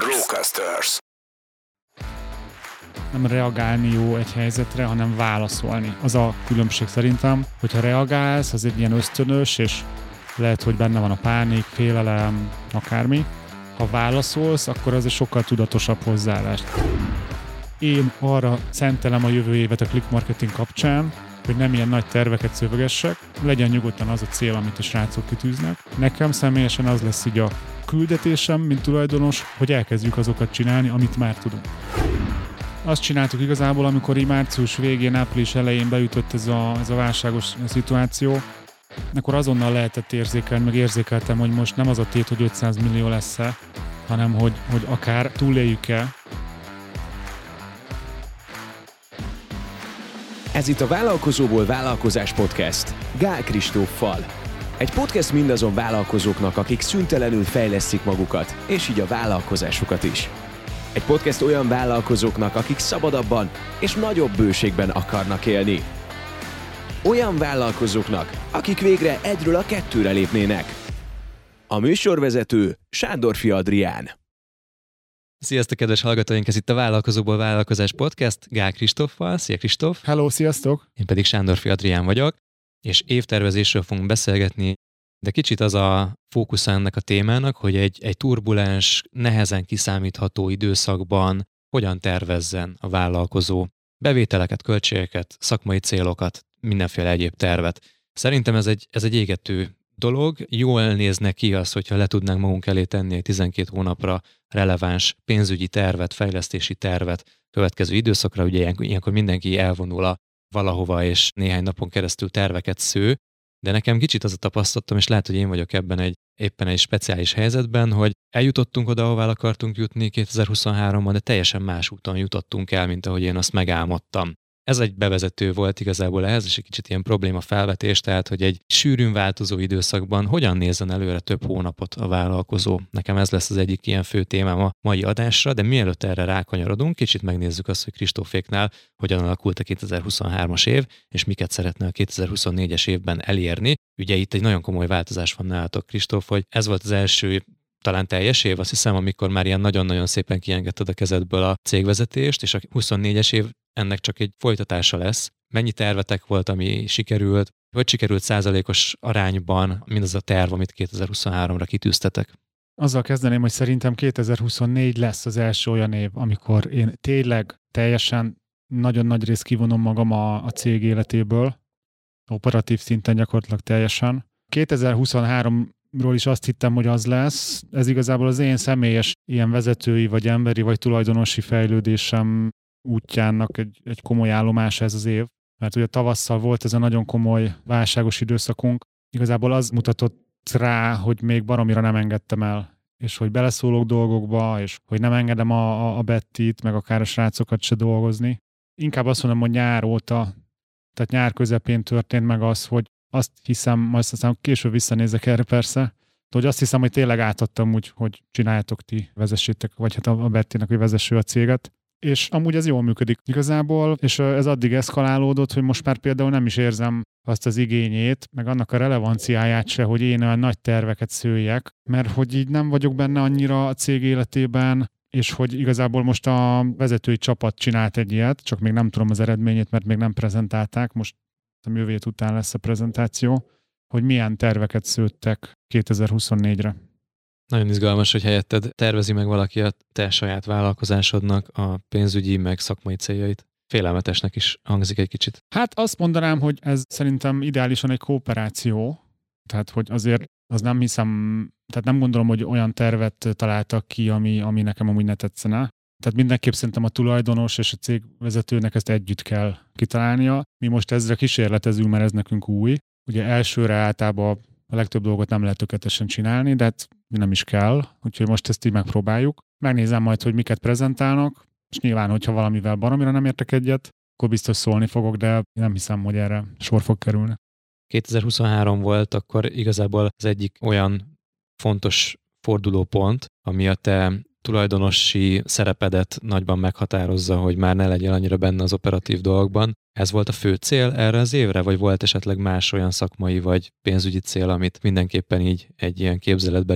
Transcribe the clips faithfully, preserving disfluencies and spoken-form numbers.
Brocasters. Nem reagálni jó egy helyzetre, hanem válaszolni. Az a különbség szerintem, hogyha reagálsz, az egy ilyen ösztönös, és lehet, hogy benne van a pánik, félelem, akármi. Ha válaszolsz, akkor az egy sokkal tudatosabb hozzáállás. Én arra szentelem a jövő évet a click marketing kapcsán, hogy nem ilyen nagy terveket szövegessek, legyen nyugodtan az a cél, amit a srácok kitűznek. Nekem személyesen az lesz így a küldetésem, mint tulajdonos, hogy elkezdjük azokat csinálni, amit már tudunk. Azt csináltuk igazából, amikor így március végén, április elején beütött ez a, ez a válságos szituáció, akkor azonnal lehetett érzékelni, meg érzékeltem, hogy most nem az a tét, hogy ötszáz millió lesz-e, hanem hogy, hogy akár túléljük-e. Ez itt a Vállalkozóból Vállalkozás Podcast Gál Kristóffal. Egy podcast mindazon vállalkozóknak, akik szüntelenül fejlesztik magukat, és így a vállalkozásukat is. Egy podcast olyan vállalkozóknak, akik szabadabban és nagyobb bőségben akarnak élni. Olyan vállalkozóknak, akik végre egyről a kettőre lépnének. A műsorvezető Sándorfi Adrián. Sziasztok, kedves hallgatóink! Ez itt a Vállalkozóból Vállalkozás Podcast Gál Kristóffal. Szia, Kristóf! Hello, sziasztok! Én pedig Sándorfi Adrián vagyok, és évtervezésről fogunk beszélgetni, de kicsit az a fókusz ennek a témának, hogy egy, egy turbulens, nehezen kiszámítható időszakban hogyan tervezzen a vállalkozó bevételeket, költségeket, szakmai célokat, mindenféle egyéb tervet. Szerintem ez egy, ez egy égető dolog. Jól nézne ki az, hogyha le tudnánk magunk elé tenni egy tizenkét hónapra releváns pénzügyi tervet, fejlesztési tervet következő időszakra. Ugye ilyenkor mindenki elvonul a valahova, és néhány napon keresztül terveket sző, de nekem kicsit az a tapasztalatom, és lehet, hogy én vagyok ebben egy éppen egy speciális helyzetben, hogy eljutottunk oda, ahová akartunk jutni kétezer-huszonháromban, de teljesen más úton jutottunk el, mint ahogy én azt megálmodtam. Ez egy bevezető volt igazából ehhez, és egy kicsit ilyen probléma felvetés, tehát, hogy egy sűrűn változó időszakban hogyan nézzen előre több hónapot a vállalkozó. Nekem ez lesz az egyik ilyen fő témám a mai adásra, de mielőtt erre rákanyarodunk, kicsit megnézzük azt, hogy Kristóféknál hogyan alakult a kétezer-huszonhármas év, és miket szeretne a kétezer-huszonnégyes évben elérni. Ugye itt egy nagyon komoly változás van nálatok, Kristóf, hogy ez volt az első talán teljes év, azt hiszem, amikor már ilyen nagyon-nagyon szépen kiengedted a kezedből a cégvezetést, és a huszonnégyes év ennek csak egy folytatása lesz. Mennyi tervetek volt, ami sikerült? Hogy sikerült százalékos arányban mindaz a terv, amit kétezer-huszonháromra kitűztetek? Azzal kezdeném, hogy szerintem kétezer-huszonnégy lesz az első olyan év, amikor én tényleg teljesen nagyon nagy részt kivonom magam a, a cég életéből, operatív szinten gyakorlatilag teljesen. kétezer-huszonháromról is azt hittem, hogy az lesz. Ez igazából az én személyes ilyen vezetői, vagy emberi, vagy tulajdonosi fejlődésem útjának egy, egy komoly állomás ez az év. Mert ugye tavasszal volt ez a nagyon komoly válságos időszakunk. Igazából az mutatott rá, hogy még baromira nem engedtem el, és hogy beleszólok dolgokba, és hogy nem engedem a, a, a Bettit, meg akár a srácokat se dolgozni. Inkább azt mondom, hogy nyár óta, tehát nyár közepén történt meg az, hogy azt hiszem, majd aztán később visszanézek erre persze, hogy azt hiszem, hogy tényleg átadtam úgy, hogy csináljátok ti, vezessétek, vagy hát a Bettinek, hogy vezesső a céget. És amúgy ez jól működik igazából, és ez addig eszkalálódott, hogy most már például nem is érzem azt az igényét, meg annak a relevanciáját se, hogy én olyan nagy terveket szőjek, mert hogy így nem vagyok benne annyira a cég életében, és hogy igazából most a vezetői csapat csinált egy ilyet, csak még nem tudom az eredményét, mert még nem prezentálták, most a jövő hét után lesz a prezentáció, hogy milyen terveket szőttek kétezer-huszonnégyre. Nagyon izgalmas, hogy helyetted tervezi meg valaki a te saját vállalkozásodnak a pénzügyi meg szakmai céljait. Félelmetesnek is hangzik egy kicsit. Hát azt mondanám, hogy ez szerintem ideálisan egy kooperáció, tehát hogy azért az nem hiszem, tehát nem gondolom, hogy olyan tervet találtak ki, ami, ami nekem amúgy ne tetszene. Tehát mindenképp szerintem a tulajdonos és a cégvezetőnek ezt együtt kell kitalálnia. Mi most ezzel kísérletezünk, mert ez nekünk új. Ugye elsőre általában a legtöbb dolgot nem lehet tökéletesen csinálni, de hát nem is kell, úgyhogy most ezt így megpróbáljuk. Megnézem majd, hogy miket prezentálnak, és nyilván, hogyha valamivel baromira nem értek egyet, akkor biztos szólni fogok, de nem hiszem, hogy erre sor fog kerülni. kétezer-huszonhárom volt akkor igazából az egyik olyan fontos fordulópont, ami a te tulajdonosi szerepedet nagyban meghatározza, hogy már ne legyél annyira benne az operatív dolgokban. Ez volt a fő cél erre az évre, vagy volt esetleg más olyan szakmai vagy pénzügyi cél, amit mindenképpen így egy ilyen képzeletbeli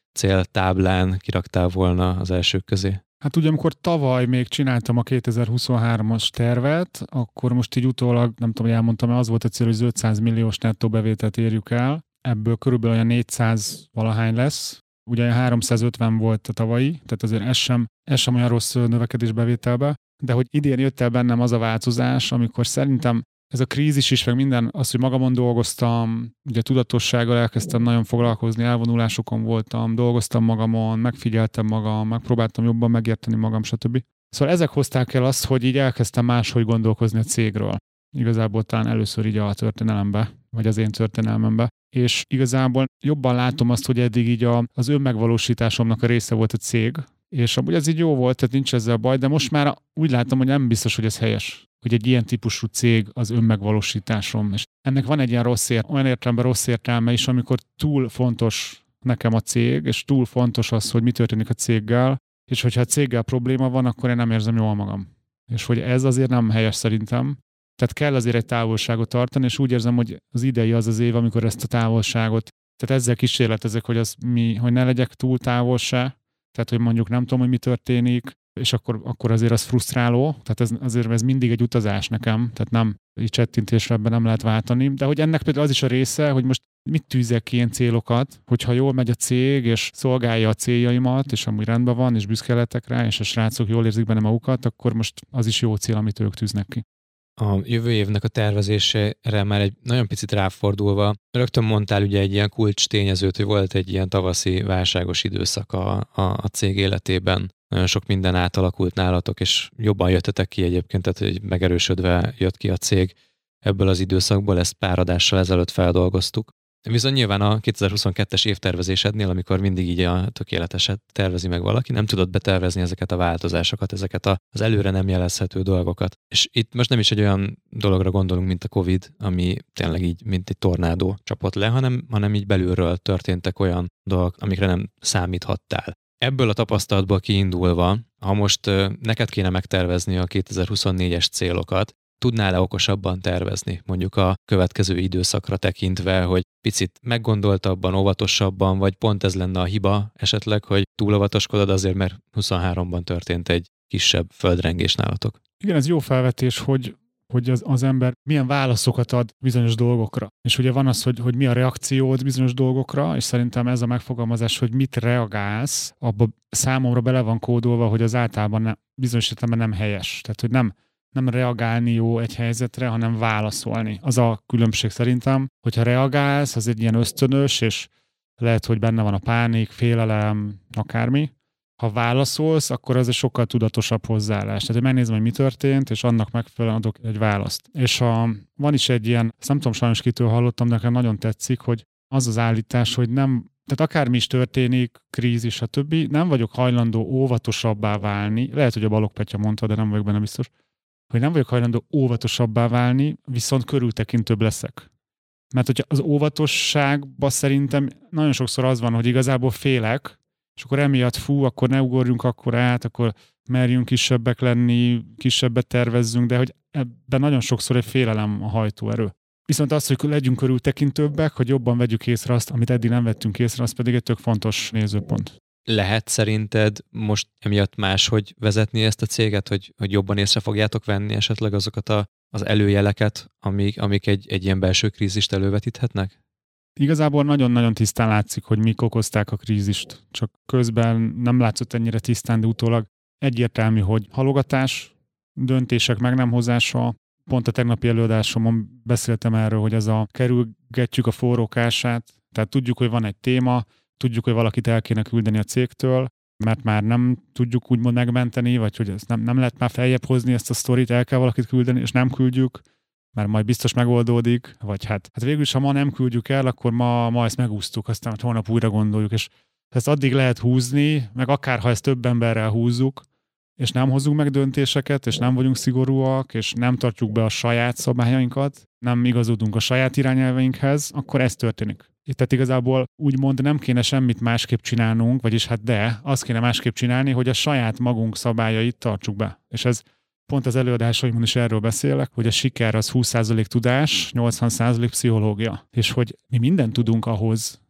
céltáblán kiraktál volna az elsők közé? Hát ugye, amikor tavaly még csináltam a kétezer-huszonhármas tervet, akkor most így utólag, nem tudom, hogy elmondtam, az volt a cél, hogy ötszáz milliós nettó bevételt érjük el. Ebből körülbelül olyan négyszáz valahány lesz. Ugye háromszázötven volt a tavalyi, tehát azért ez sem, ez sem olyan rossz növekedés bevételbe. De hogy idén jött el bennem az a változás, amikor szerintem ez a krízis is, meg minden, az, hogy magamon dolgoztam, ugye tudatossággal elkezdtem nagyon foglalkozni, elvonulásokon voltam, dolgoztam magamon, megfigyeltem magam, megpróbáltam jobban megérteni magam, stb. Szóval ezek hozták el azt, hogy így elkezdtem máshogy gondolkozni a cégről. Igazából talán először így a történelembe, vagy az én történelmembe. És igazából jobban látom azt, hogy eddig így a, az önmegvalósításomnak a része volt a cég, és amúgy ez így jó volt, tehát nincs ezzel baj, de most már úgy látom, hogy nem biztos, hogy ez helyes, hogy egy ilyen típusú cég az önmegvalósításom. És ennek van egy ilyen rossz ért, olyan értelemben rossz értelme is, amikor túl fontos nekem a cég, és túl fontos az, hogy mi történik a céggel, és hogyha a céggel probléma van, akkor én nem érzem jól magam. És hogy ez azért nem helyes szerintem. Tehát kell azért egy távolságot tartani, és úgy érzem, hogy az idei az az év, amikor ezt a távolságot, tehát ezzel kísérletezek, hogy, az mi, hogy ne legyek túl távol se, tehát hogy mondjuk nem tudom, hogy mi történik, és akkor, akkor azért az frusztráló, tehát ez, azért ez mindig egy utazás nekem, tehát nem, így csettintésre ebben nem lehet váltani, de hogy ennek például az is a része, hogy most mit tűzek ki ilyen célokat, hogyha jól megy a cég, és szolgálja a céljaimat, és amúgy rendben van, és büszke lettek rá, és a srácok jól érzik benne magukat, akkor most az is jó cél, amit ők tűznek ki. A jövő évnek a tervezésére már egy nagyon picit ráfordulva, rögtön mondtál ugye egy ilyen kulcs tényezőt, hogy volt egy ilyen tavaszi válságos időszak a, a, a cég életében. Nagyon sok minden átalakult nálatok, és jobban jöttetek ki egyébként, tehát hogy megerősödve jött ki a cég ebből az időszakból, ezt pár adással ezelőtt feldolgoztuk. Viszont nyilván a kétezer-huszonkettes évtervezésednél, amikor mindig így a tökéleteset tervezi meg valaki, nem tudod betervezni ezeket a változásokat, ezeket az előre nem jelezhető dolgokat. És itt most nem is egy olyan dologra gondolunk, mint a Covid, ami tényleg így, mint egy tornádó csapott le, hanem, hanem így belülről történtek olyan dolgok, amikre nem számíthattál. Ebből a tapasztalatból kiindulva, ha most neked kéne megtervezni a kétezer-huszonnégyes célokat, tudnál-e okosabban tervezni, mondjuk a következő időszakra tekintve, hogy picit meggondoltabban, óvatosabban, vagy pont ez lenne a hiba esetleg, hogy túl óvatoskodod azért, mert huszonháromban történt egy kisebb földrengés nálatok? Igen, ez jó felvetés, hogy, hogy az, az ember milyen válaszokat ad bizonyos dolgokra. És ugye van az, hogy, hogy mi a reakciód bizonyos dolgokra, és szerintem ez a megfogalmazás, hogy mit reagálsz, abba számomra bele van kódolva, hogy az általában nem, bizonyos értelemben nem helyes. Tehát, hogy nem nem reagálni jó egy helyzetre, hanem válaszolni. Az a különbség szerintem, hogyha reagálsz, az egy ilyen ösztönös, és lehet, hogy benne van a pánik, félelem, akármi. Ha válaszolsz, akkor az egy sokkal tudatosabb hozzáállás. Tehát, hogy megnézem, hogy mi történt, és annak megfelelően adok egy választ. És a, van is egy ilyen, ezt nem tudom sajnos kitől hallottam, de nekem nagyon tetszik, hogy az az állítás, hogy nem, tehát akármi is történik, krízis, stb., nem vagyok hajlandó óvatosabbá válni. Lehet, hogy a Balogh Petya mondta, de nem vagyok benne biztos, hogy nem vagyok hajlandó óvatosabbá válni, viszont körültekintőbb leszek. Mert hogyha az óvatosságban szerintem nagyon sokszor az van, hogy igazából félek, és akkor emiatt fú, akkor ne ugorjunk akkor át, akkor merjünk kisebbek lenni, kisebbet tervezzünk, de hogy ebben nagyon sokszor egy félelem a hajtóerő. Viszont az, hogy legyünk körültekintőbbek, hogy jobban vegyük észre azt, amit eddig nem vettünk észre, az pedig egy tök fontos nézőpont. Lehet szerinted most emiatt máshogy vezetni ezt a céget, hogy, hogy jobban észre fogjátok venni esetleg azokat a, az előjeleket, amik, amik egy, egy ilyen belső krízist elővetíthetnek? Igazából nagyon-nagyon tisztán látszik, hogy mik okozták a krízist. Csak közben nem látszott ennyire tisztán, de utólag egyértelmű, hogy halogatás, döntések meg nem hozása. Pont a tegnapi előadásomon beszéltem erről, hogy ez a kerülgetjük a forrókását, tehát tudjuk, hogy van egy téma, tudjuk, hogy valakit el kéne küldeni a cégtől, mert már nem tudjuk úgymond megmenteni, vagy hogy ezt nem, nem lehet már feljebb hozni ezt a sztorit, el kell valakit küldeni, és nem küldjük, mert majd biztos megoldódik, vagy hát, hát végül is, ha ma nem küldjük el, akkor ma, ma ezt megúsztuk, aztán holnap újra gondoljuk, és ezt addig lehet húzni, meg akár ha ezt több emberrel húzzuk, és nem hozunk meg döntéseket, és nem vagyunk szigorúak, és nem tartjuk be a saját szabályainkat, nem igazodunk a saját irányelveinkhez, akkor ez történik. Tehát igazából úgymond nem kéne semmit másképp csinálnunk, vagyis hát de, azt kéne másképp csinálni, hogy a saját magunk szabályait tartsuk be. És ez pont az előadásaimon is erről beszélek, hogy a siker az húsz százalék tudás, nyolcvan százalék pszichológia. És hogy mi mindent tudunk ahhoz,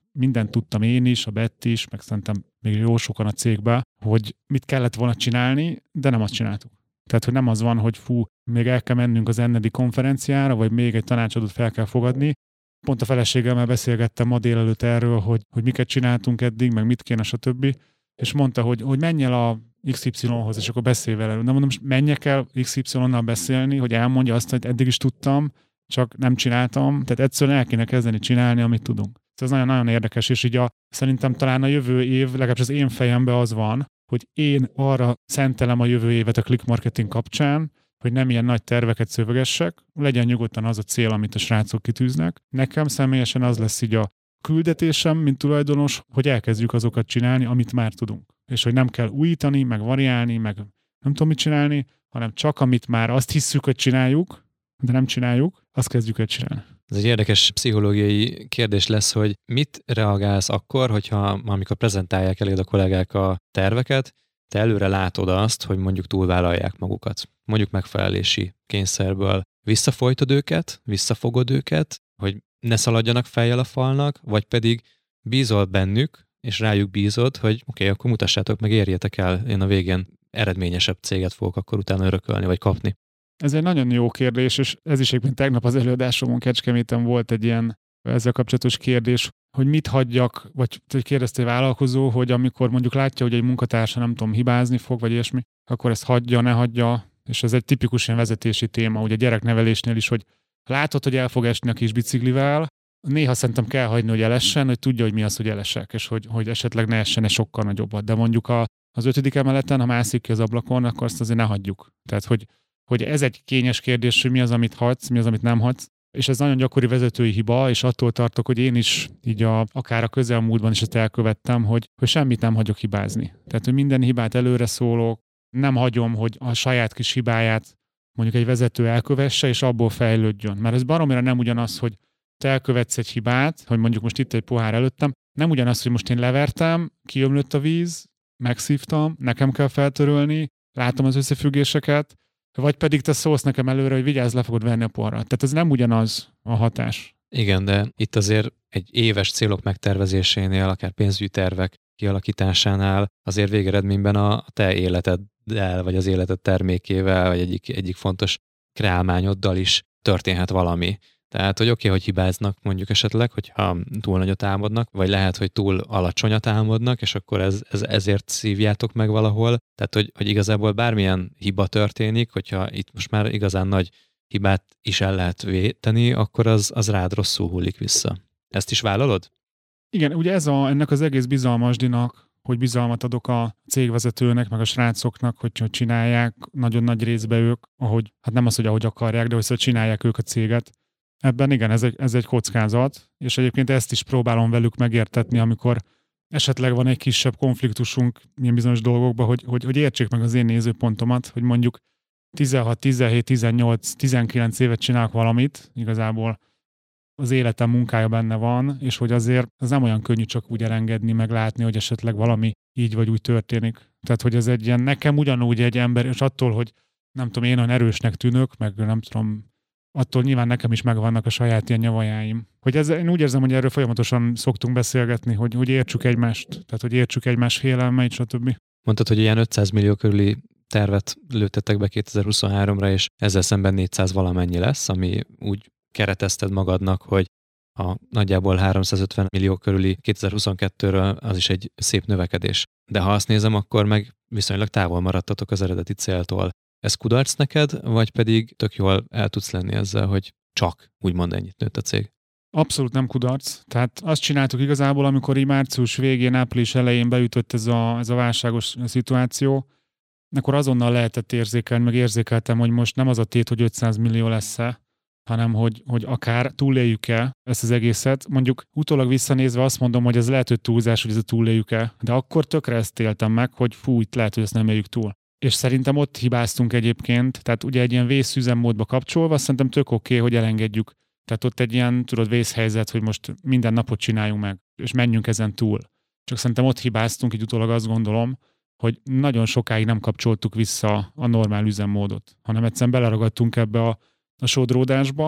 mindent tudtam én is, a Bett is, meg szerintem még jó sokan a cégben, hogy mit kellett volna csinálni, de nem azt csináltuk. Tehát, hogy nem az van, hogy fú, még el kell mennünk az ennedi konferenciára, vagy még egy tanácsadót fel kell fogadni. Pont a feleségemmel beszélgettem ma délelőtt erről, hogy, hogy miket csináltunk eddig, meg mit kéne, stb. És mondta, hogy, hogy menj el a iksz ipszilonhoz, és akkor beszélj vele. De mondom, menjek el iksz ipszilonnal beszélni, hogy elmondja azt, hogy eddig is tudtam, csak nem csináltam. Tehát egyszerűen el kéne kezdeni csinálni, amit tudunk. Ez nagyon-nagyon érdekes, és így a, szerintem talán a jövő év, legalábbis az én fejemben az van, hogy én arra szentelem a jövő évet a click marketing kapcsán, hogy nem ilyen nagy terveket szövegessek, legyen nyugodtan az a cél, amit a srácok kitűznek. Nekem személyesen az lesz így a küldetésem, mint tulajdonos, hogy elkezdjük azokat csinálni, amit már tudunk. És hogy nem kell újítani, meg variálni, meg nem tudom mit csinálni, hanem csak amit már azt hisszük, hogy csináljuk, de nem csináljuk, azt kezdjük el csinálni. Ez egy érdekes pszichológiai kérdés lesz, hogy mit reagálsz akkor, hogyha amikor prezentálják eléd a kollégák a terveket, te előre látod azt, hogy mondjuk túlvállalják magukat. Mondjuk megfelelési kényszerből visszafolytod őket, visszafogod őket, hogy ne szaladjanak fejjel a falnak, vagy pedig bízol bennük, és rájuk bízod, hogy oké, okay, akkor mutassátok meg, érjetek el, én a végén eredményesebb céget fogok akkor utána örökölni, vagy kapni. Ez egy nagyon jó kérdés, és ez is egyébként tegnap az előadásomon Kecskeméten volt egy ilyen ezzel kapcsolatos kérdés, hogy mit hagyjak, vagy kérdezte egy vállalkozó, hogy amikor mondjuk látja, hogy egy munkatársa nem tudom, hibázni fog, vagy ilyesmi, akkor ezt hagyja, ne hagyja, és ez egy tipikus ilyen vezetési téma, ugye gyereknevelésnél is, hogy látod, hogy el fog esni a kis biciklivel, néha szerintem kell hagyni, hogy elessen, hogy tudja, hogy mi az, hogy elesek, és hogy, hogy esetleg ne essen egy sokkal nagyobbat. De mondjuk a, az ötödik emeleten, ha mászik ki az ablakon, akkor azt azért ne hagyjuk. Tehát, hogy, hogy ez egy kényes kérdés, hogy mi az, amit hagysz, mi az, amit nem hagysz. És ez nagyon gyakori vezetői hiba, és attól tartok, hogy én is így a, akár a közelmúltban is ezt elkövettem, hogy, hogy semmit nem hagyok hibázni. Tehát, hogy minden hibát előre szólok, nem hagyom, hogy a saját kis hibáját mondjuk egy vezető elkövesse, és abból fejlődjön. Mert ez baromira nem ugyanaz, hogy te elkövetsz egy hibát, hogy mondjuk most itt egy pohár előttem, nem ugyanaz, hogy most én levertem, kiömlött a víz, megszívtam, nekem kell feltörölni, látom az összefüggéseket, vagy pedig te szólsz nekem előre, hogy vigyázz, le fogod venni a poharat. Tehát ez nem ugyanaz a hatás. Igen, de itt azért egy éves célok megtervezésénél, akár pénzügyi tervek kialakításánál azért végeredményben a te életeddel, vagy az életed termékével, vagy egyik, egyik fontos kreálmányoddal is történhet valami. Tehát, hogy oké, okay, hogy hibáznak mondjuk esetleg, hogyha túl nagyot álmodnak, vagy lehet, hogy túl alacsonyat álmodnak, és akkor ez, ez, ezért szívjátok meg valahol. Tehát, hogy, hogy igazából bármilyen hiba történik, hogyha itt most már igazán nagy hibát is el lehet véteni, akkor az, az rád rosszul hullik vissza. Ezt is vállalod? Igen, ugye ez a, ennek az egész bizalmasdinak, hogy bizalmat adok a cégvezetőnek, meg a srácoknak, hogy csinálják nagyon nagy részben ők, ahogy, hát nem az, hogy ahogy akarják, de hogy csinálják ők a céget. Ebben igen, ez egy, ez egy kockázat, és egyébként ezt is próbálom velük megértetni, amikor esetleg van egy kisebb konfliktusunk ilyen bizonyos dolgokban, hogy, hogy, hogy értsék meg az én nézőpontomat, hogy mondjuk tizenhat, tizenhét, tizennyolc, tizenkilenc évet csinálok valamit, igazából az életem munkája benne van, és hogy azért ez nem olyan könnyű csak úgy elengedni, meg látni, hogy esetleg valami így vagy úgy történik. Tehát, hogy ez egy ilyen, nekem ugyanúgy egy ember, és attól, hogy nem tudom, én olyan erősnek tűnök, meg nem tudom, attól nyilván nekem is megvannak a saját ilyen nyavajáim. Hogy ez, én úgy érzem, hogy erről folyamatosan szoktunk beszélgetni, hogy, hogy értsük egymást, tehát hogy értsük egymás félelmeit, stb. Mondtad, hogy ilyen ötszáz millió körüli tervet lőttetek be kétezer-huszonháromra, és ezzel szemben négyszáz valamennyi lesz, ami úgy keretezted magadnak, hogy a nagyjából háromszázötven millió körüli kétezer-huszonkettőről az is egy szép növekedés. De ha azt nézem, akkor meg viszonylag távol maradtatok az eredeti céltól. Ez kudarc neked, vagy pedig tök jól el tudsz lenni ezzel, hogy csak úgymond ennyit nőtt a cég? Abszolút nem kudarc. Tehát azt csináltuk igazából, amikor így március végén, április elején beütött ez a, ez a válságos szituáció, akkor azonnal lehetett érzékelni, meg érzékeltem, hogy most nem az a tét, hogy ötszáz millió lesz-e, hanem hogy, hogy akár túléljük-e ezt az egészet. Mondjuk utólag visszanézve azt mondom, hogy ez lehet, hogy túlzás, hogy ez a túléljük-e, de akkor tökre ezt éltem meg, hogy fú, itt lehet, hogy ezt nem éljük túl. És szerintem ott hibáztunk egyébként, tehát ugye egy ilyen vészüzemmódba kapcsolva, szerintem tök oké, okay, hogy elengedjük. Tehát ott egy ilyen, tudod, vészhelyzet, hogy most minden napot csináljunk meg, és menjünk ezen túl. Csak szerintem ott hibáztunk, így utólag azt gondolom, hogy nagyon sokáig nem kapcsoltuk vissza a normál üzemmódot, hanem egyszerűen beleragadtunk ebbe a, a sodródásba,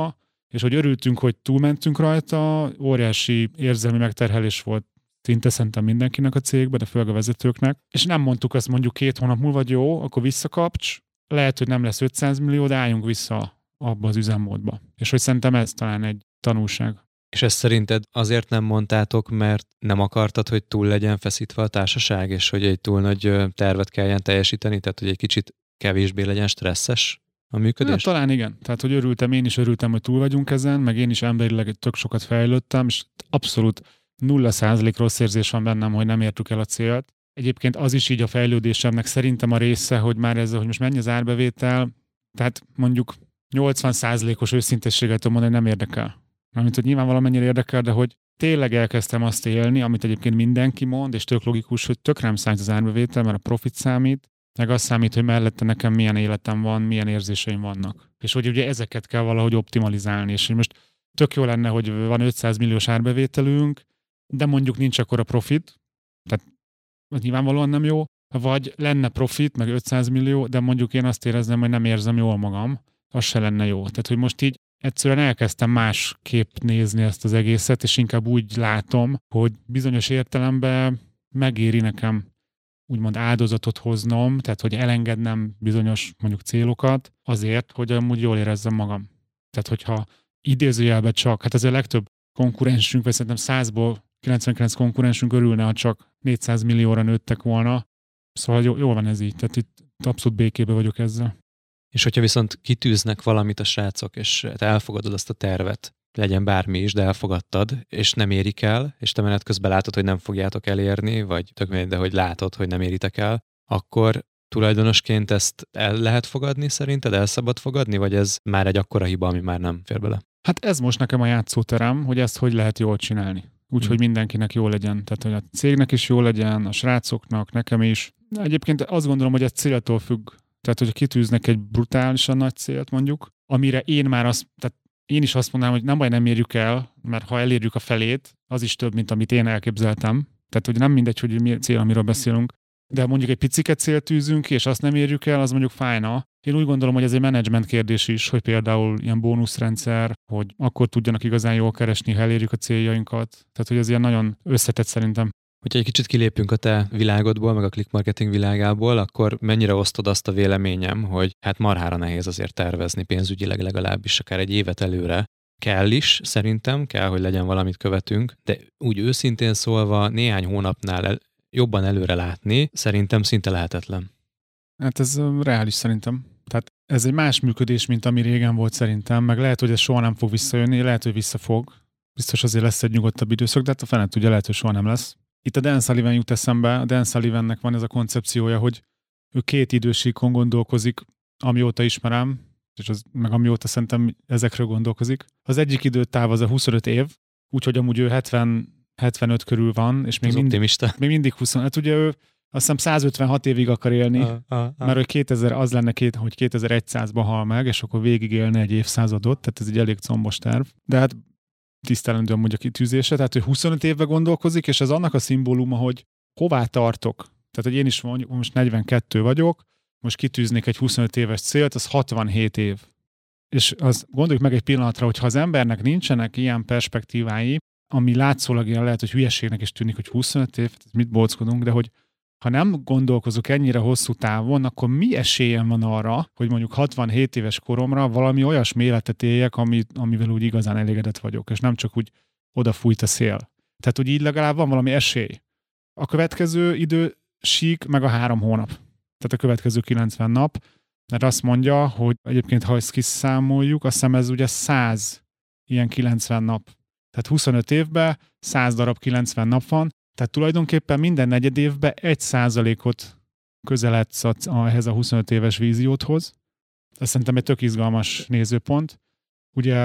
és hogy örültünk, hogy túlmentünk rajta, óriási érzelmi megterhelés volt szinte szerintem mindenkinek a cégben, de főleg a vezetőknek. És nem mondtuk azt mondjuk két hónap múlva, hogy jó, akkor visszakapcs, lehet, hogy nem lesz ötszáz millió, de álljunk vissza abba az üzemmódba. És hogy szerintem ez talán egy tanulság. És ezt szerinted azért nem mondtátok, mert nem akartad, hogy túl legyen feszítve a társaság, és hogy egy túl nagy tervet kelljen teljesíteni, tehát hogy egy kicsit kevésbé legyen stresszes a működés? Ja, talán igen. Tehát, hogy örültem, én is örültem, hogy túl vagyunk ezen, meg én is emberileg tök sokat fejlődtem, és abszolút nulla százalék rossz érzés van bennem, hogy nem értük el a célt. Egyébként az is így a fejlődésemnek szerintem a része, hogy már ez, hogy most mennyi az árbevétel, tehát mondjuk nyolcvan százalékos őszintességgel tudom mondani, hogy nem érdekel. Mármint, hogy nyilván valamennyire érdekel, de hogy tényleg elkezdtem azt élni, amit egyébként mindenki mond, és tök logikus, hogy tök nem számít az árbevétel, mert a profit számít, meg az számít, hogy mellette nekem milyen életem van, milyen érzéseim vannak. És hogy ugye ezeket kell valahogy optimalizálni, és hogy most tök jó lenne, hogy van ötszáz milliós árbevételünk, de mondjuk nincs akkora profit, tehát nyilvánvalóan nem jó, vagy lenne profit, meg ötszáz millió, de mondjuk én azt érezném, hogy nem érzem jól magam, az se lenne jó. Tehát, hogy most így egyszerűen elkezdtem másképp nézni ezt az egészet, és inkább úgy látom, hogy bizonyos értelemben megéri nekem úgymond áldozatot hoznom, tehát hogy elengednem bizonyos mondjuk célokat azért, hogy amúgy jól érezzem magam. Tehát, hogyha idézőjelben csak, hát ez a legtöbb konkurensünk, vagy szerintem százból kilencvenkilenc konkurensünk örülne, ha csak négyszáz millióra nőttek volna. Szóval jó, jól van ez így, tehát itt abszolút békében vagyok ezzel. És hogyha viszont kitűznek valamit a srácok, és te elfogadod azt a tervet, legyen bármi is, de elfogadtad, és nem érik el, és te menet közben látod, hogy nem fogjátok elérni, vagy tök mindegy, de hogy látod, hogy nem éritek el, akkor tulajdonosként ezt el lehet fogadni szerinted? El szabad fogadni, vagy ez már egy akkora hiba, ami már nem fér bele? Hát ez most nekem a játszóterem, hogy ezt hogy lehet jól csinálni. Úgyhogy hmm. mindenkinek jó legyen. Tehát, hogy a cégnek is jó legyen, a srácoknak, nekem is. Egyébként azt gondolom, hogy ez céltól függ. Tehát, hogy kitűznek egy brutálisan nagy célt mondjuk, amire én már azt, tehát én is azt mondanám, hogy nem baj, nem érjük el, mert ha elérjük a felét, az is több, mint amit én elképzeltem. Tehát, hogy nem mindegy, hogy mi cél, amiről beszélünk, de mondjuk egy picike célt tűzünk, és azt nem érjük el, az mondjuk fájna. Én úgy gondolom, hogy ez egy menedzsment kérdés is, hogy például ilyen bónuszrendszer, hogy akkor tudjanak igazán jól keresni, ha elérjük a céljainkat. Tehát, hogy ez ilyen nagyon összetett szerintem. Hogyha egy kicsit kilépünk a te világodból, meg a click marketing világából, akkor mennyire osztod azt a véleményem, hogy hát marhára nehéz azért tervezni pénzügyileg legalábbis akár egy évet előre. Kell is, szerintem, kell, hogy legyen valamit követünk, de úgy őszintén szólva néhány hónapnál el, jobban előre látni, szerintem szinte lehetetlen. Hát ez reális szerintem. Tehát ez egy más működés, mint ami régen volt szerintem, meg lehet, hogy ez soha nem fog visszajönni, lehet, hogy visszafog. Biztos azért lesz egy nyugodtabb időszak, de hát a fene tudja, lehet, hogy soha nem lesz. Itt a Dan Sullivan jut eszembe, a Dan Sullivannek van ez a koncepciója, hogy ő két idősíkon gondolkozik, amióta ismerem, és az, meg amióta szerintem ezekről gondolkozik. Az egyik időtáv az a huszonöt év, úgyhogy amúgy ő hetven, hetvenöt körül van, és még, mind, még mindig húsz. Hát ugye ő azt hiszem száz ötvenhat évig akar élni, a, a, a. mert ő kétezer, az lenne, két, hogy kétezer-százban hal meg, és akkor végig élne egy évszázadot, tehát ez egy elég combos terv. De hát tisztelendő amúgy a kitűzése, tehát ő huszonöt évbe gondolkozik, és ez annak a szimbóluma, hogy hová tartok. Tehát, hogy én is mondjuk, most negyvenkettő vagyok, most kitűznék egy huszonöt éves célt, az hatvanhét év. És az gondoljuk meg egy pillanatra, hogy ha az embernek nincsenek ilyen perspektívái, ami látszólag ilyen lehet, hogy hülyeségnek is tűnik, hogy huszonöt év, mit bolckodunk, de hogy ha nem gondolkozok ennyire hosszú távon, akkor mi esélyem van arra, hogy mondjuk hatvanhét éves koromra valami olyasmi életet éljek, ami, amivel úgy igazán elégedett vagyok, és nem csak úgy odafújt a szél. Tehát, hogy így legalább van valami esély. A következő idősík meg a három hónap. Tehát a következő kilencven nap, mert azt mondja, hogy egyébként, ha ezt kiszámoljuk, azt hiszem ez ugye száz ilyen kilencven nap. Tehát huszonöt évben száz darab kilencven nap van, tehát tulajdonképpen minden negyed évben egy százalékot közeledsz ehhez a huszonöt éves víziódhoz. Ez szerintem egy tök izgalmas nézőpont. Ugye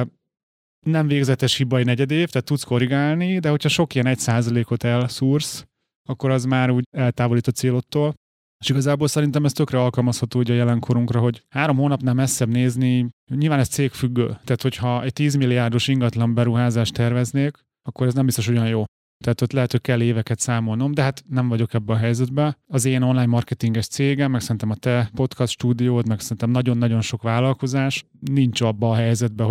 nem végzetes hiba egy negyed év, tehát tudsz korrigálni, de hogyha sok ilyen egy százalékot elszúrsz, akkor az már úgy eltávolít a célodtól. És igazából szerintem ez tökre alkalmazható ugye a jelenkorunkra, hogy három hónapnál messzebb nézni, nyilván ez cégfüggő. Tehát hogyha egy tíz milliárdos ingatlan beruházást terveznék, akkor ez nem biztos olyan jó. Tehát ott lehet, hogy kell éveket számolnom, de hát nem vagyok ebben a helyzetben. Az én online marketinges cégem, meg szerintem a te podcast stúdiód, meg szerintem nagyon-nagyon sok vállalkozás nincs abban a helyzetben, hogy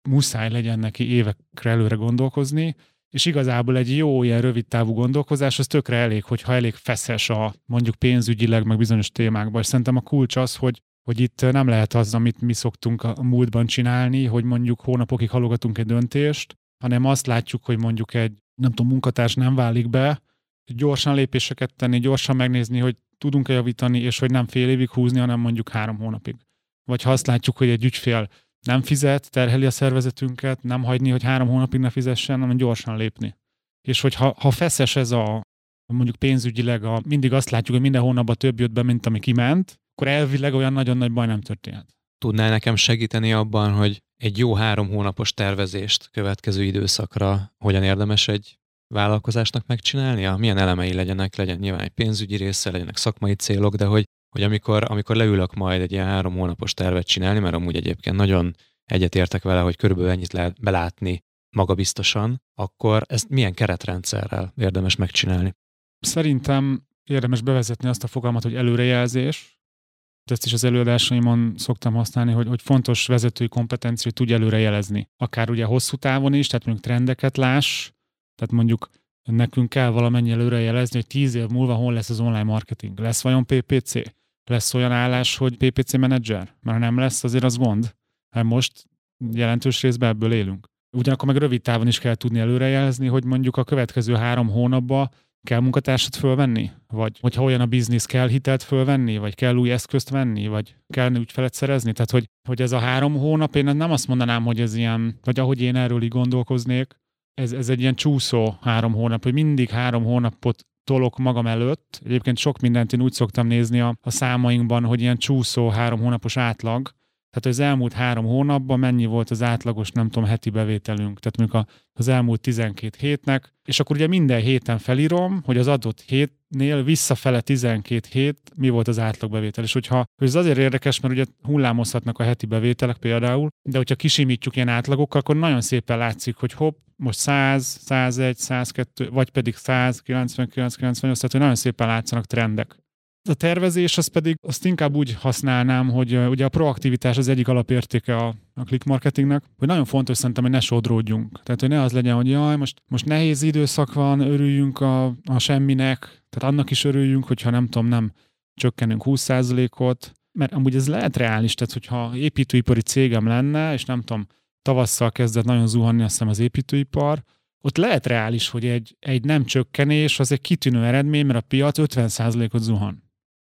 muszáj legyen neki évekre előre gondolkozni, és igazából egy jó ilyen rövid távú gondolkozás, az tökre elég, hogyha elég feszes a mondjuk pénzügyileg, meg bizonyos témákban. És szerintem a kulcs az, hogy, hogy itt nem lehet az, amit mi szoktunk a múltban csinálni, hogy mondjuk hónapokig halogatunk egy döntést, hanem azt látjuk, hogy mondjuk egy, nem tudom, munkatárs nem válik be, gyorsan lépéseket tenni, gyorsan megnézni, hogy tudunk-e javítani, és hogy nem fél évig húzni, hanem mondjuk három hónapig. Vagy ha azt látjuk, hogy egy ügyfél nem fizet, terheli a szervezetünket, nem hagyni, hogy három hónapig ne fizessen, hanem gyorsan lépni. És hogyha ha feszes ez a, mondjuk pénzügyileg, a, mindig azt látjuk, hogy minden hónapban több jött be, mint ami kiment, akkor elvileg olyan nagyon nagy baj nem történhet. Tudnál nekem segíteni abban, hogy egy jó három hónapos tervezést következő időszakra hogyan érdemes egy vállalkozásnak megcsinálnia? Milyen elemei legyenek, legyen nyilván egy pénzügyi része, legyenek szakmai célok, de hogy, hogy amikor, amikor leülök majd egy ilyen három hónapos tervet csinálni, mert amúgy egyébként nagyon egyetértek vele, hogy körülbelül ennyit lehet belátni magabiztosan, akkor ezt milyen keretrendszerrel érdemes megcsinálni? Szerintem érdemes bevezetni azt a fogalmat, hogy előrejelzés. Ezt is az előadásaimon szoktam használni, hogy, hogy fontos vezetői kompetencia, hogy tudj előrejelezni. Akár ugye hosszú távon is, tehát mondjuk trendeket láss, tehát mondjuk nekünk kell valamennyi előrejelezni, hogy tíz év múlva hol lesz az online marketing. Lesz vajon pé pé cé? Lesz olyan állás, hogy pé pé cé menedzser? Mert ha nem lesz, azért az gond. Hát most jelentős részben ebből élünk. Ugyanakkor meg rövid távon is kell tudni előrejelezni, hogy mondjuk a következő három hónapban kell munkatársat fölvenni? Vagy hogyha olyan a biznisz, kell hitelt fölvenni? Vagy kell új eszközt venni? Vagy kell ügyfelet szerezni? Tehát, hogy, hogy ez a három hónap, én nem azt mondanám, hogy ez ilyen, vagy ahogy én erről így gondolkoznék, ez, ez egy ilyen csúszó három hónap, hogy mindig három hónapot tolok magam előtt. Egyébként sok mindent én úgy szoktam nézni a, a számainkban, hogy ilyen csúszó három hónapos átlag. Tehát az elmúlt három hónapban mennyi volt az átlagos, nem tudom, heti bevételünk. Tehát mondjuk az elmúlt tizenkét hétnek, és akkor ugye minden héten felírom, hogy az adott hétnél visszafele tizenkét hét mi volt az átlagbevétel. És hogyha, ez azért érdekes, mert ugye hullámozhatnak a heti bevételek például, de hogyha kisimítjuk ilyen átlagokkal, akkor nagyon szépen látszik, hogy hopp, most száz, százegy, százkettő, vagy pedig száz, kilencvenkilenc, kilencvennyolc, tehát hogy nagyon szépen látszanak trendek. A tervezés, az pedig azt inkább úgy használnám, hogy uh, ugye a proaktivitás az egyik alapértéke a, a click marketingnek, hogy nagyon fontos szerintem, hogy ne sodródjunk. Tehát, hogy ne az legyen, hogy jaj, most, most nehéz időszak van, örüljünk a, a semminek, tehát annak is örüljünk, hogyha nem tudom, nem csökkenünk húsz százalékot, mert amúgy ez lehet reális, tehát hogyha építőipari cégem lenne, és nem tudom, tavasszal kezdett nagyon zuhanni, azt hiszem az építőipar, ott lehet reális, hogy egy, egy nem csökkenés az egy kitűnő eredmény, mert a piac ötven százalékot zuhan.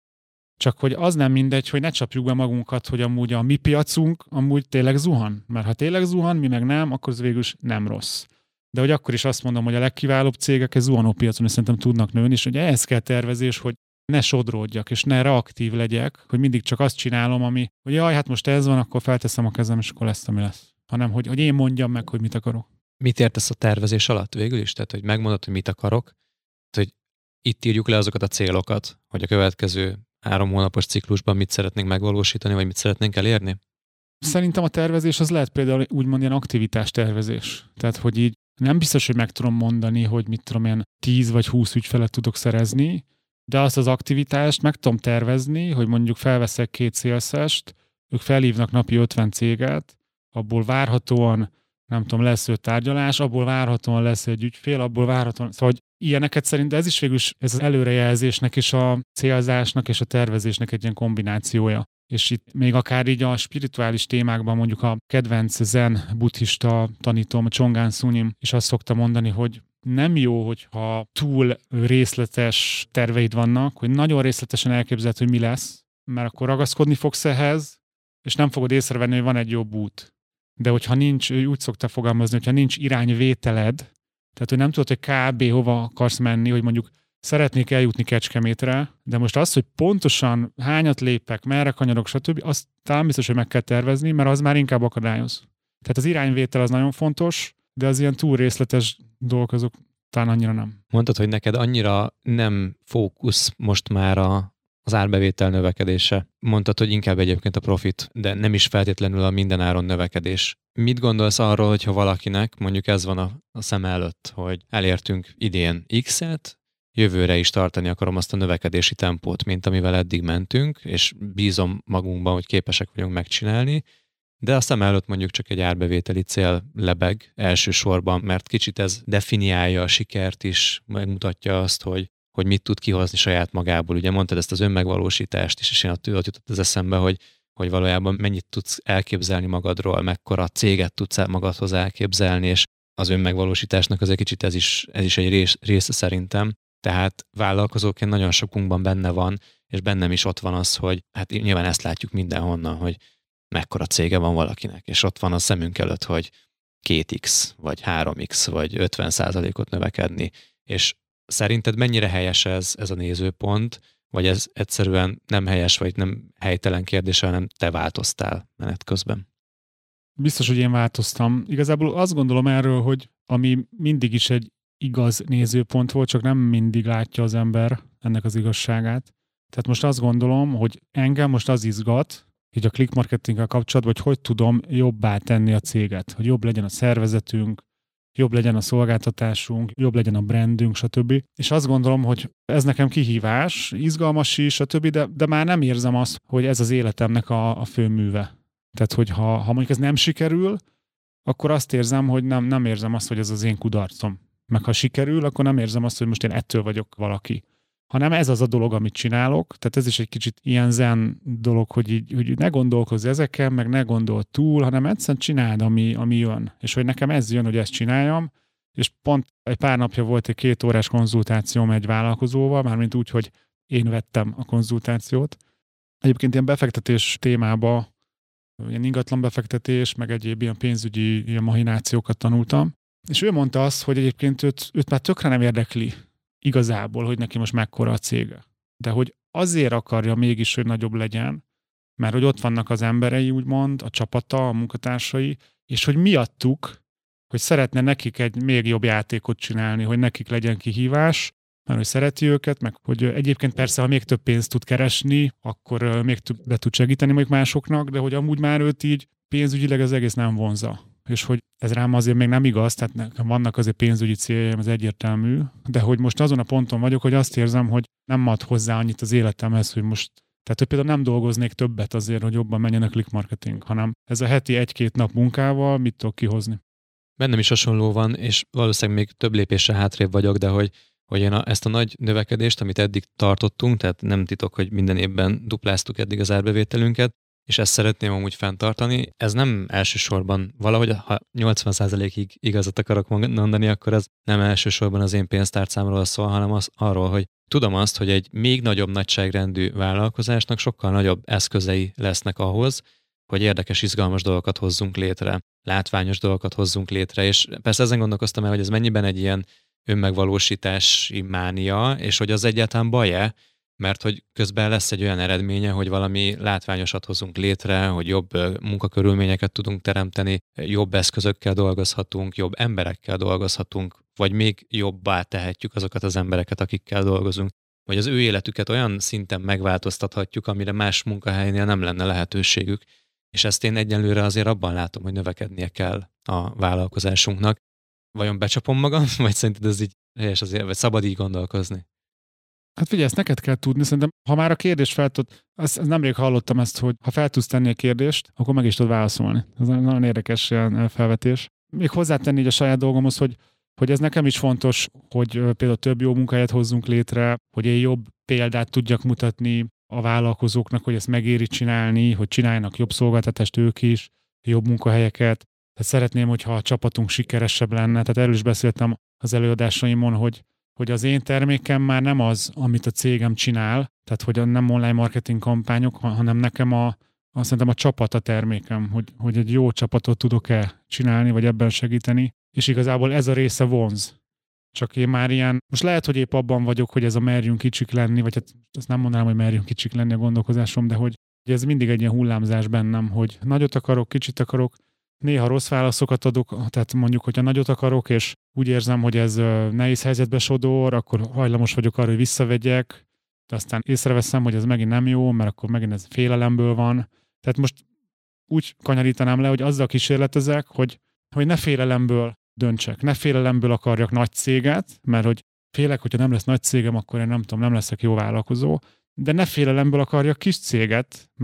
Csak hogy az nem mindegy, hogy ne csapjuk be magunkat, hogy amúgy a mi piacunk amúgy tényleg zuhan. Mert ha tényleg zuhan, mi meg nem, akkor az végül is nem rossz. De hogy akkor is azt mondom, hogy a legkiválóbb cégek egy zuhanó piacon is szerintem tudnak nőni, és hogy ehhez kell tervezés, hogy ne sodródjak, és ne reaktív legyek, hogy mindig csak azt csinálom, ami, hogy jaj, hát most ez van, akkor felteszem a kezem, és akkor lesz, ami lesz. Hanem, hogy, hogy én mondjam meg, hogy mit akarok. Mit értesz a tervezés alatt végül is? Tehát, hogy megmondod, hogy mit akarok, tehát, hogy itt írjuk le azokat a célokat, hogy a következő három hónapos ciklusban mit szeretnénk megvalósítani, vagy mit szeretnénk elérni? Szerintem a tervezés az lehet például úgymond ilyen aktivitás tervezés. Tehát, hogy így nem biztos, hogy meg tudom mondani, hogy mit tudom én tíz vagy húsz ügyfelet tudok szerezni, de azt az aktivitást meg tudom tervezni, hogy mondjuk felveszek két szélszest, ők felhívnak napi ötven céget, abból várhatóan nem tudom, lesz öt tárgyalás, abból várhatóan lesz egy ügyfél, abból várhatóan, szóval, hogy ilyeneket szerint ez is végül is ez az előrejelzésnek és a célzásnak és a tervezésnek egy ilyen kombinációja. És itt még akár így a spirituális témákban mondjuk a kedvenc zen buddhista tanítom, a Csongán Szunyim, és azt szokta mondani, hogy nem jó, hogyha túl részletes terveid vannak, hogy nagyon részletesen elképzeled, hogy mi lesz, mert akkor ragaszkodni fogsz ehhez, és nem fogod észrevenni, hogy van egy jobb út. De hogyha nincs, úgy szokta fogalmazni, hogyha nincs irányvételed, tehát hogy nem tudod, hogy kb. Hova akarsz menni, hogy mondjuk szeretnék eljutni Kecskemétre, de most az, hogy pontosan hányat lépek, merre kanyarok, stb., azt talán biztos, hogy meg kell tervezni, mert az már inkább akadályoz. Tehát az irányvétel az nagyon fontos, de az ilyen túl részletes dolgok azok talán annyira nem. Mondtad, hogy neked annyira nem fókusz most már a az árbevétel növekedése. Mondtad, hogy inkább egyébként a profit, de nem is feltétlenül a mindenáron növekedés. Mit gondolsz arról, hogyha valakinek mondjuk ez van a, a szem előtt, hogy elértünk idén X-et, jövőre is tartani akarom azt a növekedési tempót, mint amivel eddig mentünk, és bízom magunkban, hogy képesek vagyunk megcsinálni, de a szem előtt mondjuk csak egy árbevételi cél lebeg elsősorban, mert kicsit ez definiálja a sikert is, megmutatja azt, hogy, hogy mit tud kihozni saját magából. Ugye mondtad ezt az önmegvalósítást is, és én ott jutott az eszembe, hogy, hogy valójában mennyit tudsz elképzelni magadról, mekkora céget tudsz magadhoz elképzelni, és az önmegvalósításnak azért kicsit ez is, ez is egy rész, része szerintem. Tehát vállalkozóként nagyon sokunkban benne van, és bennem is ott van az, hogy hát nyilván ezt látjuk mindenhonnan, hogy mekkora cége van valakinek, és ott van a szemünk előtt, hogy két x, vagy három x, vagy ötven százalékot növekedni. És szerinted mennyire helyes ez, ez a nézőpont, vagy ez egyszerűen nem helyes, vagy nem helytelen kérdés, hanem te változtál menet közben? Biztos, hogy én változtam. Igazából azt gondolom erről, hogy ami mindig is egy igaz nézőpont volt, csak nem mindig látja az ember ennek az igazságát. Tehát most azt gondolom, hogy engem most az izgat, így a click marketinggel kapcsolatban, hogy hogy tudom jobbá tenni a céget, hogy jobb legyen a szervezetünk, jobb legyen a szolgáltatásunk, jobb legyen a brandünk, stb. És azt gondolom, hogy ez nekem kihívás, izgalmas is, stb., de, de már nem érzem azt, hogy ez az életemnek a, a főműve. Tehát, hogy ha, ha mondjuk ez nem sikerül, akkor azt érzem, hogy nem, nem érzem azt, hogy ez az én kudarcom. Meg ha sikerül, akkor nem érzem azt, hogy most én ettől vagyok valaki. Hanem ez az a dolog, amit csinálok. Tehát ez is egy kicsit ilyen zen dolog, hogy, így, hogy ne gondolkozz ezeken, meg ne gondold túl, hanem egyszerűen csináld, ami, ami jön. És hogy nekem ez jön, hogy ezt csináljam. És pont egy pár napja volt egy két órás konzultációm egy vállalkozóval, mármint úgy, hogy én vettem a konzultációt. Egyébként ilyen befektetés témába, ilyen ingatlan befektetés, meg egyéb ilyen pénzügyi ilyen mahinációkat tanultam. És ő mondta azt, hogy egyébként őt, őt már tökre nem érdekli igazából, hogy neki most mekkora a cége. De hogy azért akarja mégis, hogy nagyobb legyen, mert hogy ott vannak az emberei, úgymond, a csapata, a munkatársai, és hogy miattuk, hogy szeretne nekik egy még jobb játékot csinálni, hogy nekik legyen kihívás, mert hogy szereti őket, meg hogy egyébként persze, ha még több pénzt tud keresni, akkor még többet tud segíteni még másoknak, de hogy amúgy már őt így pénzügyileg az egész nem vonza. És hogy ez rám azért még nem igaz, tehát nekem vannak azért pénzügyi céljaim, ez egyértelmű, de hogy most azon a ponton vagyok, hogy azt érzem, hogy nem ad hozzá annyit az életemhez, hogy most, tehát hogy például nem dolgoznék többet azért, hogy jobban menjen a click marketing, hanem ez a heti egy-két nap munkával mit tudok kihozni. Bennem is hasonló van, és valószínűleg még több lépésre hátrébb vagyok, de hogy, hogy én a, ezt a nagy növekedést, amit eddig tartottunk, tehát nem titok, hogy minden évben dupláztuk eddig az árbevételünket, és ezt szeretném amúgy fenntartani. Ez nem elsősorban, valahogy ha nyolcvan százalékig igazat akarok mondani, akkor ez nem elsősorban az én pénztárcámról szól, hanem az arról, hogy tudom azt, hogy egy még nagyobb nagyságrendű vállalkozásnak sokkal nagyobb eszközei lesznek ahhoz, hogy érdekes, izgalmas dolgokat hozzunk létre, látványos dolgokat hozzunk létre, és persze ezen gondolkoztam el, hogy ez mennyiben egy ilyen önmegvalósítási mánia, és hogy az egyáltalán baj-e, mert hogy közben lesz egy olyan eredménye, hogy valami látványosat hozunk létre, hogy jobb munkakörülményeket tudunk teremteni, jobb eszközökkel dolgozhatunk, jobb emberekkel dolgozhatunk, vagy még jobbá tehetjük azokat az embereket, akikkel dolgozunk. Vagy az ő életüket olyan szinten megváltoztathatjuk, amire más munkahelynél nem lenne lehetőségük. És ezt én egyenlőre azért abban látom, hogy növekednie kell a vállalkozásunknak. Vajon becsapom magam, vagy szerinted ez így helyes azért, vagy szabad így gondolkozni? Hát figyelj, ezt neked kell tudni, szerintem, ha már a kérdést fel tud, azt, azt nemrég hallottam ezt, hogy ha fel tudsz tenni a kérdést, akkor meg is tudod válaszolni. Ez nagyon érdekes ilyen felvetés. Még hozzátenni így a saját dolgomhoz, hogy, hogy ez nekem is fontos, hogy például több jó munkahelyet hozzunk létre, hogy én jobb példát tudjak mutatni a vállalkozóknak, hogy ezt megéri csinálni, hogy csináljanak jobb szolgáltatást ők is, jobb munkahelyeket. Tehát szeretném, hogyha a csapatunk sikeresebb lenne. Tehát erről is beszéltem az előadásaimon, hogy hogy az én termékem már nem az, amit a cégem csinál, tehát hogy nem online marketing kampányok, hanem nekem a, azt szerintem a csapat a termékem, hogy, hogy egy jó csapatot tudok-e csinálni, vagy ebben segíteni, és igazából ez a része vonz. Csak én már ilyen, most lehet, hogy épp abban vagyok, hogy ez a merjünk kicsik lenni, vagy hát azt nem mondanám, hogy merjünk kicsik lenni a gondolkozásom, de hogy, hogy ez mindig egy ilyen hullámzás bennem, hogy nagyot akarok, kicsit akarok, néha rossz válaszokat adok, tehát mondjuk, hogyha nagyot akarok, és úgy érzem, hogy ez nehéz helyzetbe sodor, akkor hajlamos vagyok arra, hogy visszavegyek, de aztán észreveszem, hogy ez megint nem jó, mert akkor megint ez félelemből van. Tehát most úgy kanyarítanám le, hogy azzal kísérletezek, hogy, hogy ne félelemből döntsek, ne félelemből akarjak nagy céget, mert hogy félek, hogyha nem lesz nagy cégem, akkor én nem tudom, nem leszek jó vállalkozó, de ne félelemből akarjak kis céget, mert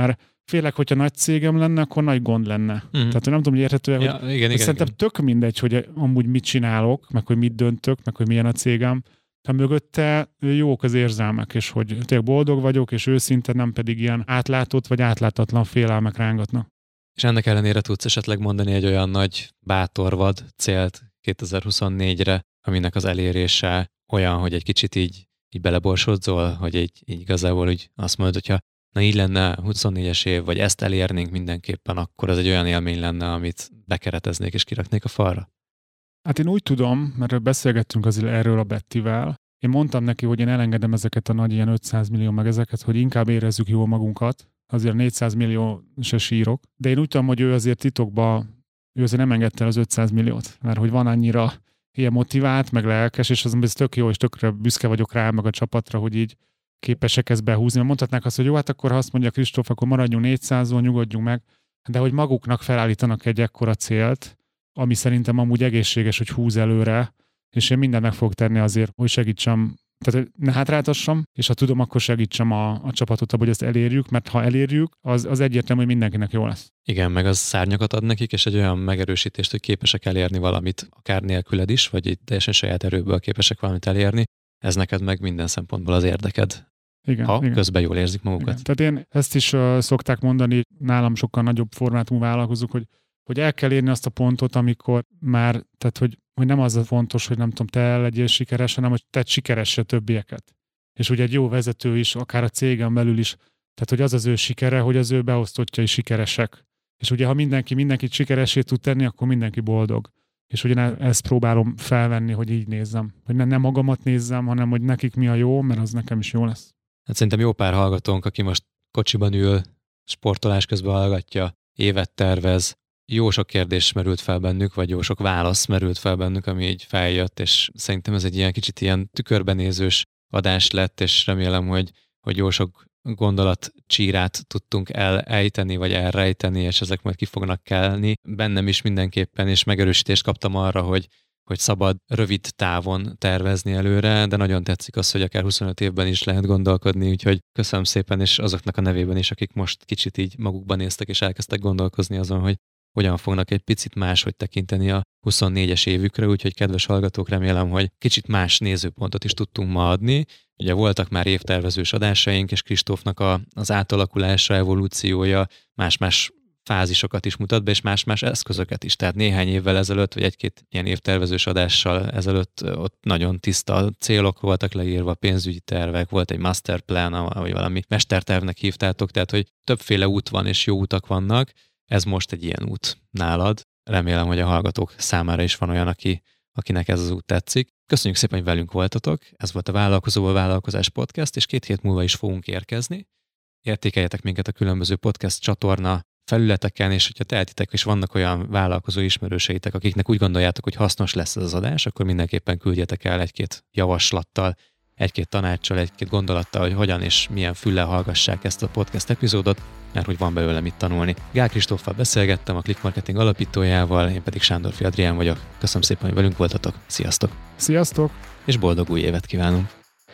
Félek, hogyha nagy cégem lenne, akkor nagy gond lenne. Mm. Tehát nem tudom, hogy érthető, ja, hogy, igen, igen, szerintem igen. tök mindegy, hogy amúgy mit csinálok, meg hogy mit döntök, meg hogy milyen a cégem. Ha mögötte jók az érzelmek, és hogy tényleg boldog vagyok, és őszinte, nem pedig ilyen átlátott vagy átláthatatlan félelmek rángatnak. És ennek ellenére tudsz esetleg mondani egy olyan nagy bátorvad célt kétezer-huszonnégyre, aminek az elérése olyan, hogy egy kicsit így, így beleborsódzol, hogy így, így igazából úgy azt mondod, hogyha na így lenne huszonnégyes év, vagy ezt elérnénk mindenképpen, akkor az egy olyan élmény lenne, amit bekereteznék és kiraknék a falra? Hát én úgy tudom, mert beszélgettünk azért erről a Bettivel, én mondtam neki, hogy én elengedem ezeket a nagy ilyen ötszáz millió meg ezeket, hogy inkább érezzük jól magunkat, azért négyszáz millió se sírok, de én úgy tudom, hogy ő azért titokban, ő azért nem engedte el az ötszáz milliót, mert hogy van annyira ilyen motivált, meg lelkes, és az ez tök jó, és tökre büszke vagyok rá, meg a csapatra, hogy így képesek ezt behúzni. Mondhatnák azt, hogy jó, hát akkor ha azt mondja Kristóf, akkor maradjunk négyszázon, nyugodjunk meg, de hogy maguknak felállítanak egy ekkora célt, ami szerintem amúgy egészséges, hogy húz előre, és én mindent meg fogok tenni azért, hogy segítsem, tehát ne hátráltassam, és ha tudom, akkor segítsem a, a csapatot abban, hogy ezt elérjük, mert ha elérjük, az, az egyértelmű, hogy mindenkinek jó lesz. Igen, meg az szárnyakat ad nekik, és egy olyan megerősítést, hogy képesek elérni valamit, akár nélküled is, vagy itt teljesen saját erőből képesek valamit elérni. Ez neked meg minden szempontból az érdeked. Igen, ha igen. közben jól érzik magukat. Igen. Tehát én ezt is uh, szokták mondani, nálam sokkal nagyobb formátumú vállalkozók, hogy, hogy el kell érni azt a pontot, amikor már, tehát hogy, hogy nem az a fontos, hogy nem tudom, te legyél sikeres, hanem hogy te sikeresse többieket. És ugye egy jó vezető is, akár a cégen belül is, tehát hogy az az ő sikere, hogy az ő beosztottjai sikeresek. És ugye ha mindenki mindenkit sikeressé tud tenni, akkor mindenki boldog. És ugye ezt próbálom felvenni, hogy így nézzem. Hogy ne, nem magamat nézzem, hanem hogy nekik mi a jó, mert az nekem is jó lesz. Hát szerintem jó pár hallgatónk, aki most kocsiban ül, sportolás közben hallgatja, évet tervez, jó sok kérdés merült fel bennük, vagy jó sok válasz merült fel bennük, ami így feljött, és szerintem ez egy ilyen kicsit ilyen tükörbenézős adás lett, és remélem, hogy, hogy jó sok gondolatcsírát tudtunk elejteni, vagy elrejteni, és ezek majd ki fognak kelni. Bennem is mindenképpen, és megerősítést kaptam arra, hogy hogy szabad rövid távon tervezni előre, de nagyon tetszik az, hogy akár huszonöt évben is lehet gondolkodni, úgyhogy köszönöm szépen, és azoknak a nevében is, akik most kicsit így magukban néztek, és elkezdtek gondolkozni azon, hogy hogyan fognak egy picit máshogy tekinteni a huszonnégyes évükre, úgyhogy kedves hallgatók, remélem, hogy kicsit más nézőpontot is tudtunk ma adni. Ugye voltak már évtervezős adásaink, és Kristófnak a, az átalakulása, evolúciója más-más fázisokat is mutat be, és más-más eszközöket is. Tehát néhány évvel ezelőtt, vagy egy-két ilyen évtervezős adással ezelőtt ott nagyon tiszta célok voltak leírva, pénzügyi tervek, volt egy masterplan, vagy valami mestertervnek hívtátok, tehát hogy többféle út van, és jó utak vannak. Ez most egy ilyen út nálad. Remélem, hogy a hallgatók számára is van olyan, aki, akinek ez az út tetszik. Köszönjük szépen, hogy velünk voltatok. Ez volt a Vállalkozóból Vállalkozás Podcast, és két hét múlva is fogunk érkezni. Értékeljetek minket a különböző podcast csatorna felületeken, és hogyha tehetitek, és vannak olyan vállalkozó ismerőseitek, akiknek úgy gondoljátok, hogy hasznos lesz ez az adás, akkor mindenképpen küldjetek el egy-két javaslattal, egy-két tanácssal, egy-két gondolattal, hogy hogyan és milyen füllel hallgassák ezt a podcast epizódot, mert hogy van belőle mit tanulni. Gál Kristóffal beszélgettem, a Click Marketing alapítójával, én pedig Sándorfi Adrián vagyok. Köszönöm szépen, hogy velünk voltatok. Sziasztok! Sziasztok! És boldog új évet kívánunk!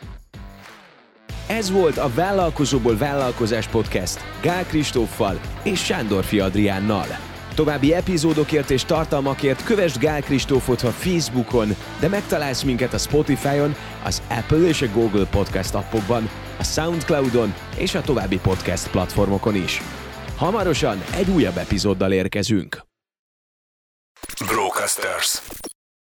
Ez volt a Vállalkozóból Vállalkozás Podcast Gál Kristóffal és Sándorfi Adriánnal. További epizódokért és tartalmakért kövesd Gál Kristófot a Facebookon, de megtalálsz minket a Spotify-on, az Apple és a Google Podcast appokban, a Soundcloudon és a további podcast platformokon is. Hamarosan egy újabb epizóddal érkezünk. Brocasters.